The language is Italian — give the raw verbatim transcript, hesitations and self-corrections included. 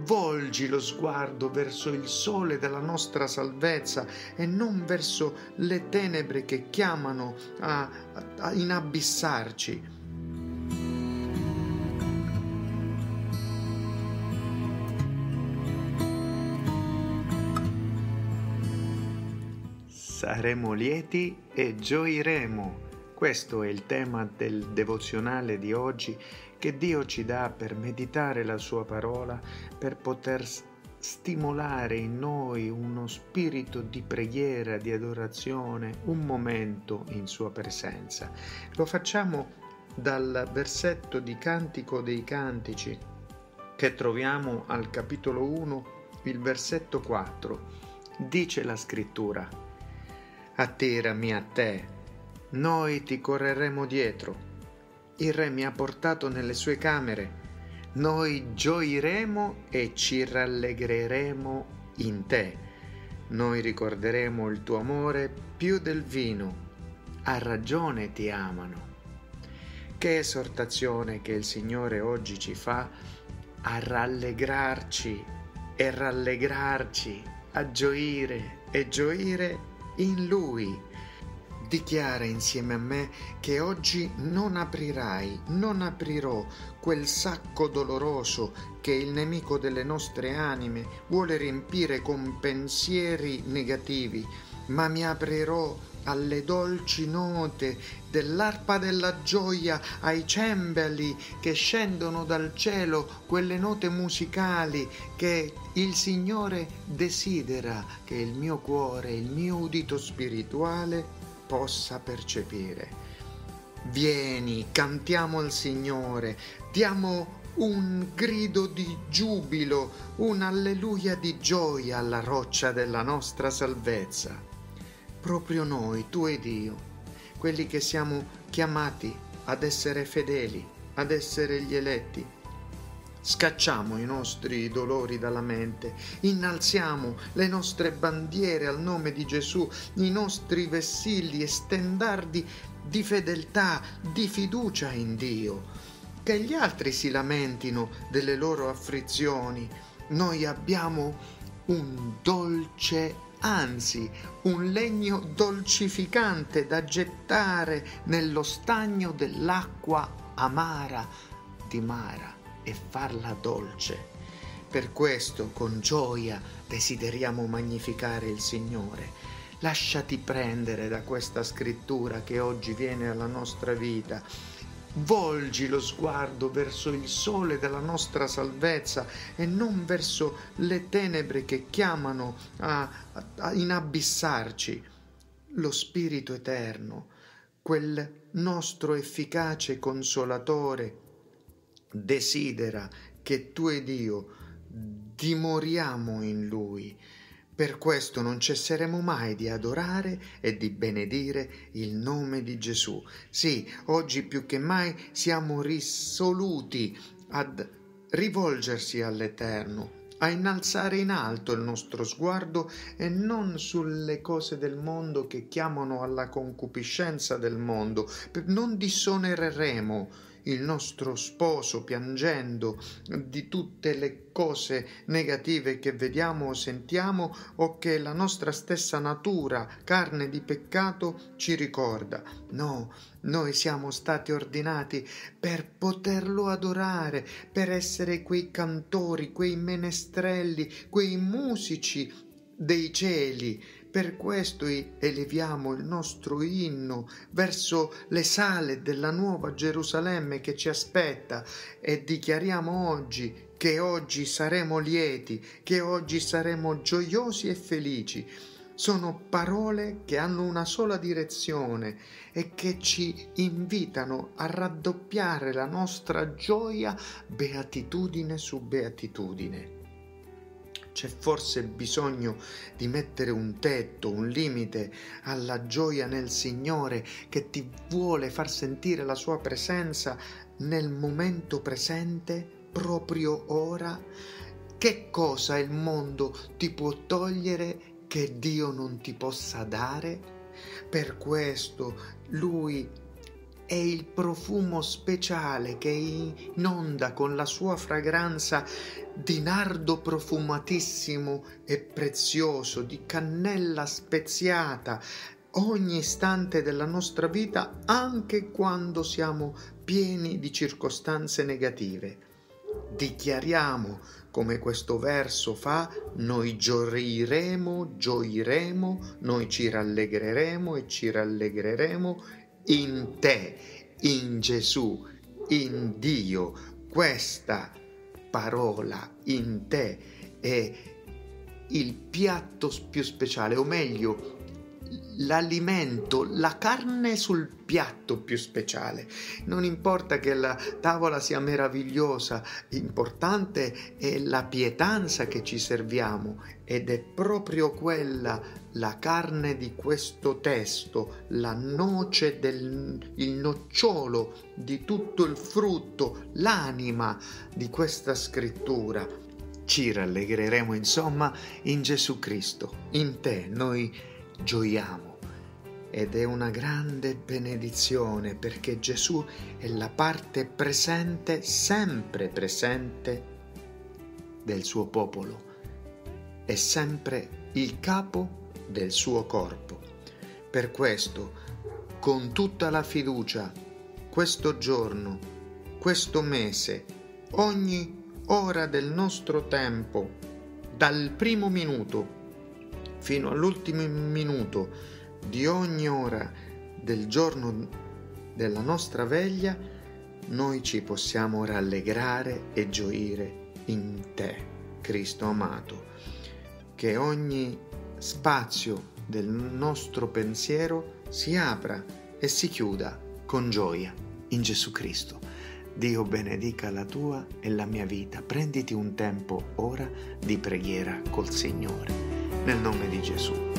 Volgi lo sguardo verso il sole della nostra salvezza e non verso le tenebre che chiamano a, a inabissarci. Saremo lieti e gioiremo. Questo è il tema del devozionale di oggi che Dio ci dà per meditare la sua parola, per poter stimolare in noi uno spirito di preghiera, di adorazione, un momento in sua presenza. Lo facciamo dal versetto di Cantico dei Cantici che troviamo al capitolo uno, il versetto quattro. Dice la scrittura: attirami a te, noi ti correremo dietro. Il re mi ha portato nelle sue camere, noi gioiremo e ci rallegreremo in te. Noi ricorderemo il tuo amore più del vino, a ragione ti amano. Che esortazione che il Signore oggi ci fa a rallegrarci e rallegrarci, a gioire e gioire in Lui. Dichiara insieme a me che oggi non aprirai, non aprirò quel sacco doloroso che il nemico delle nostre anime vuole riempire con pensieri negativi, ma mi aprirò alle dolci note dell'arpa della gioia, ai cembali che scendono dal cielo, quelle note musicali che il Signore desidera che il mio cuore, il mio udito spirituale possa percepire. Vieni, cantiamo al Signore, diamo un grido di giubilo, un alleluia di gioia alla roccia della nostra salvezza. Proprio noi, tu ed io, quelli che siamo chiamati ad essere fedeli, ad essere gli eletti, scacciamo i nostri dolori dalla mente, innalziamo le nostre bandiere al nome di Gesù, i nostri vessilli e stendardi di fedeltà, di fiducia in Dio. Che gli altri si lamentino delle loro afflizioni, noi abbiamo un dolce, anzi un legno dolcificante da gettare nello stagno dell'acqua amara di Mara e farla dolce. Per questo con gioia desideriamo magnificare il Signore. Lasciati prendere da questa scrittura che oggi viene alla nostra vita. Volgi lo sguardo verso il sole della nostra salvezza e non verso le tenebre che chiamano a, a inabissarci. Lo Spirito Eterno, quel nostro efficace consolatore, desidera che tu ed io dimoriamo in Lui. Per questo non cesseremo mai di adorare e di benedire il nome di Gesù. Sì, oggi più che mai siamo risoluti ad rivolgersi all'Eterno, a innalzare in alto il nostro sguardo e non sulle cose del mondo che chiamano alla concupiscenza del mondo. Non disonoreremo il nostro sposo piangendo di tutte le cose negative che vediamo o sentiamo o che la nostra stessa natura, carne di peccato, ci ricorda. No, noi siamo stati ordinati per poterlo adorare, per essere quei cantori, quei menestrelli, quei musici dei cieli. Per questo eleviamo il nostro inno verso le sale della nuova Gerusalemme che ci aspetta e dichiariamo oggi che oggi saremo lieti, che oggi saremo gioiosi e felici. Sono parole che hanno una sola direzione e che ci invitano a raddoppiare la nostra gioia beatitudine su beatitudine. C'è forse bisogno di mettere un tetto, un limite alla gioia nel Signore che ti vuole far sentire la sua presenza nel momento presente, proprio ora? Che cosa il mondo ti può togliere che Dio non ti possa dare? Per questo Lui è il profumo speciale che inonda con la sua fragranza di nardo profumatissimo e prezioso, di cannella speziata, ogni istante della nostra vita, anche quando siamo pieni di circostanze negative. Dichiariamo, come questo verso fa, noi gioiremo, gioiremo, noi ci rallegreremo e ci rallegreremo in te, in Gesù, in Dio. Questa parola in te è il piatto più speciale, o meglio, l'alimento, la carne sul piatto più speciale. Non importa che la tavola sia meravigliosa, importante è la pietanza che ci serviamo, ed è proprio quella la carne di questo testo, la noce del il nocciolo di tutto il frutto, l'anima di questa scrittura. Ci rallegreremo insomma in Gesù Cristo, in te noi gioiamo, ed è una grande benedizione, perché Gesù è la parte presente, sempre presente del suo popolo, è sempre il capo del suo corpo. Per questo, con tutta la fiducia, questo giorno, questo mese, ogni ora del nostro tempo, dal primo minuto fino all'ultimo minuto di ogni ora del giorno della nostra veglia, noi ci possiamo rallegrare e gioire in te, Cristo amato. Che ogni spazio del nostro pensiero si apra e si chiuda con gioia in Gesù Cristo. Dio benedica la tua e la mia vita. Prenditi un tempo ora di preghiera col Signore. Nel nome di Gesù.